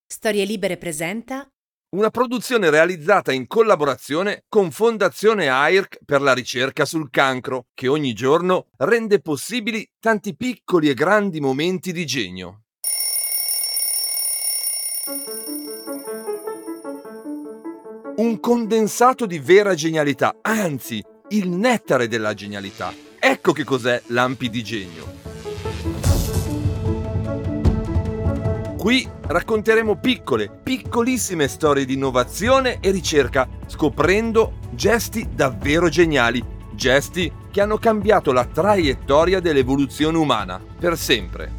Storie Libere presenta una produzione realizzata in collaborazione con Fondazione AIRC per la ricerca sul cancro, che ogni giorno rende possibili tanti piccoli e grandi momenti di genio. Un condensato di vera genialità, anzi, il nettare della genialità. Ecco che cos'è l'Ampi di Genio. Qui racconteremo piccolissime storie di innovazione e ricerca, scoprendo gesti davvero geniali, gesti che hanno cambiato la traiettoria dell'evoluzione umana, per sempre.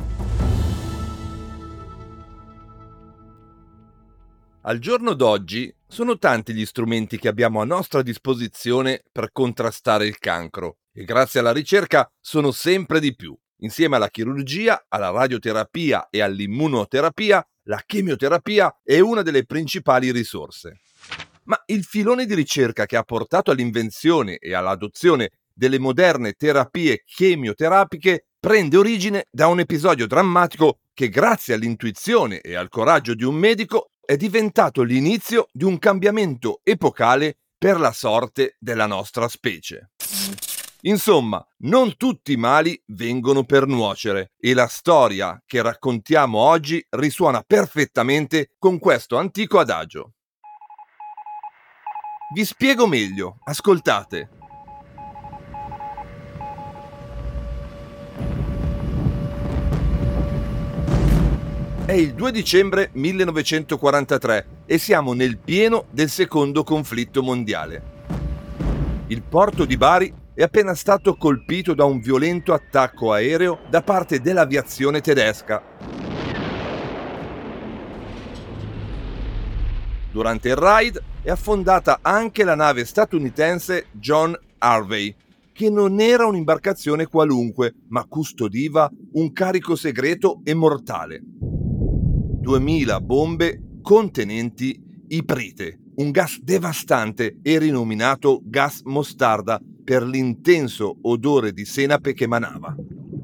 Al giorno d'oggi sono tanti gli strumenti che abbiamo a nostra disposizione per contrastare il cancro e grazie alla ricerca sono sempre di più. Insieme alla chirurgia, alla radioterapia e all'immunoterapia, la chemioterapia è una delle principali risorse. Ma il filone di ricerca che ha portato all'invenzione e all'adozione delle moderne terapie chemioterapiche prende origine da un episodio drammatico che, grazie all'intuizione e al coraggio di un medico, è diventato l'inizio di un cambiamento epocale per la sorte della nostra specie. Insomma, non tutti i mali vengono per nuocere e la storia che raccontiamo oggi risuona perfettamente con questo antico adagio. Vi spiego meglio, ascoltate. È il 2 dicembre 1943 e siamo nel pieno del secondo conflitto mondiale. Il porto di Bari è appena stato colpito da un violento attacco aereo da parte dell'aviazione tedesca. Durante il raid è affondata anche la nave statunitense John Harvey, che non era un'imbarcazione qualunque, ma custodiva un carico segreto e mortale. 2000 bombe contenenti iprite, un gas devastante e rinominato gas mostarda per l'intenso odore di senape che emanava.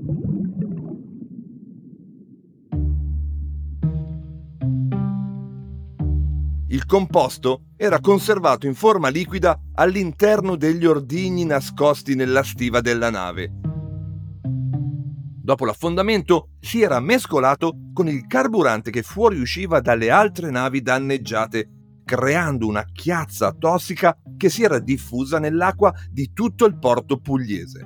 Il composto era conservato in forma liquida all'interno degli ordigni nascosti nella stiva della nave. Dopo l'affondamento si era mescolato con il carburante che fuoriusciva dalle altre navi danneggiate, creando una chiazza tossica che si era diffusa nell'acqua di tutto il porto pugliese.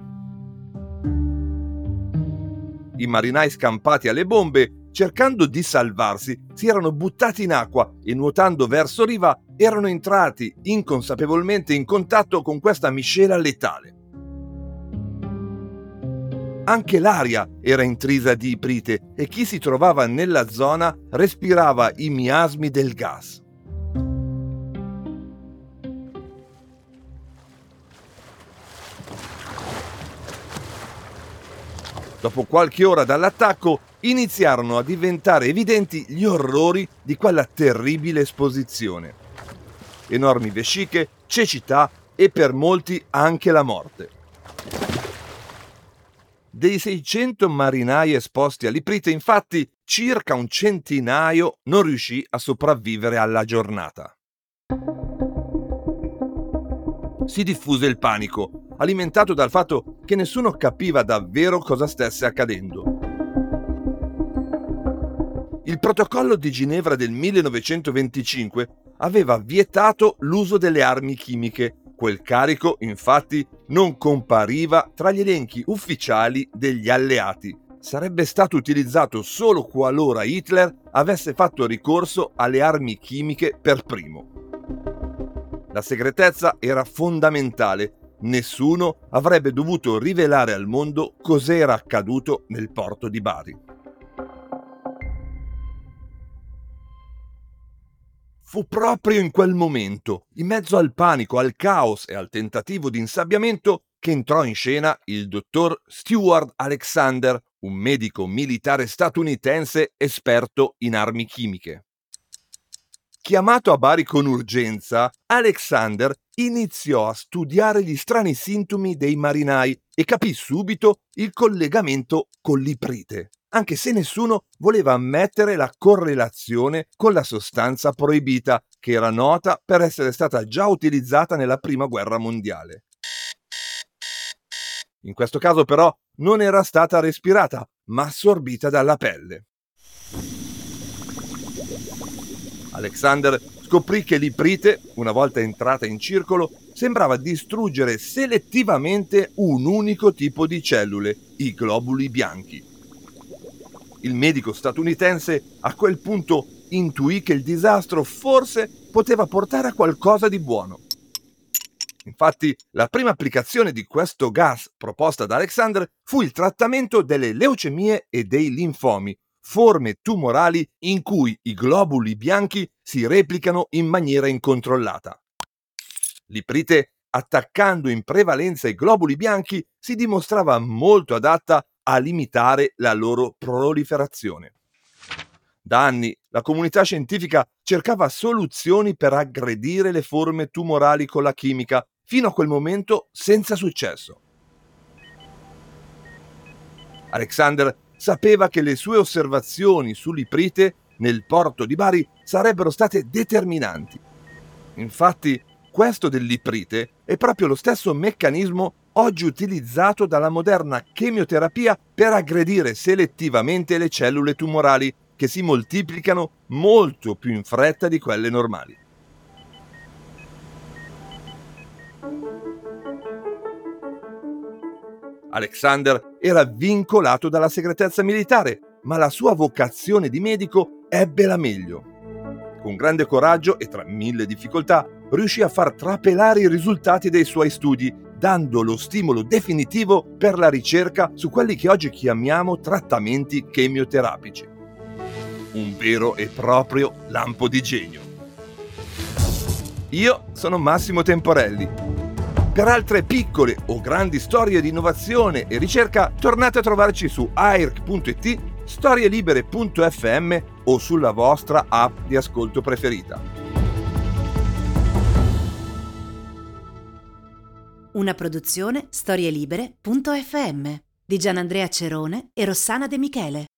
I marinai scampati alle bombe, cercando di salvarsi, si erano buttati in acqua e nuotando verso riva erano entrati inconsapevolmente in contatto con questa miscela letale. Anche l'aria era intrisa di iprite e chi si trovava nella zona respirava i miasmi del gas. Dopo qualche ora dall'attacco iniziarono a diventare evidenti gli orrori di quella terribile esposizione. Enormi vesciche, cecità e per molti anche la morte. Dei 600 marinai esposti all'iprite, infatti, circa un centinaio non riuscì a sopravvivere alla giornata. Si diffuse il panico, alimentato dal fatto che nessuno capiva davvero cosa stesse accadendo. Il protocollo di Ginevra del 1925 aveva vietato l'uso delle armi chimiche. Quel carico, infatti, non compariva tra gli elenchi ufficiali degli alleati. Sarebbe stato utilizzato solo qualora Hitler avesse fatto ricorso alle armi chimiche per primo. La segretezza era fondamentale. Nessuno avrebbe dovuto rivelare al mondo cos'era accaduto nel porto di Bari. Fu proprio in quel momento, in mezzo al panico, al caos e al tentativo di insabbiamento, che entrò in scena il dottor Stewart Alexander, un medico militare statunitense esperto in armi chimiche. Chiamato a Bari con urgenza, Alexander iniziò a studiare gli strani sintomi dei marinai e capì subito il collegamento con l'iprite. anche se nessuno voleva ammettere la correlazione con la sostanza proibita, che era nota per essere stata già utilizzata nella Prima Guerra Mondiale. In questo caso però non era stata respirata, ma assorbita dalla pelle. Alexander scoprì che l'iprite, una volta entrata in circolo, sembrava distruggere selettivamente un unico tipo di cellule, i globuli bianchi. Il medico statunitense a quel punto intuì che il disastro forse poteva portare a qualcosa di buono. Infatti, la prima applicazione di questo gas proposta da Alexander fu il trattamento delle leucemie e dei linfomi, forme tumorali in cui i globuli bianchi si replicano in maniera incontrollata. L'iprite, attaccando in prevalenza i globuli bianchi, si dimostrava molto adatta a limitare la loro proliferazione. Da anni la comunità scientifica cercava soluzioni per aggredire le forme tumorali con la chimica, fino a quel momento senza successo. Alexander sapeva che le sue osservazioni sull'iprite nel porto di Bari sarebbero state determinanti. Infatti, questo dell'iprite è proprio lo stesso meccanismo oggi utilizzato dalla moderna chemioterapia per aggredire selettivamente le cellule tumorali, che si moltiplicano molto più in fretta di quelle normali. Alexander era vincolato dalla segretezza militare, ma la sua vocazione di medico ebbe la meglio. Con grande coraggio e tra mille difficoltà riuscì a far trapelare i risultati dei suoi studi, dando lo stimolo definitivo per la ricerca su quelli che oggi chiamiamo trattamenti chemioterapici. Un vero e proprio lampo di genio. Io sono Massimo Temporelli. Per altre piccole o grandi storie di innovazione e ricerca, tornate a trovarci su airc.it, storielibere.fm o sulla vostra app di ascolto preferita. Una produzione storielibere.fm di Gianandrea Cerone e Rossana De Michele.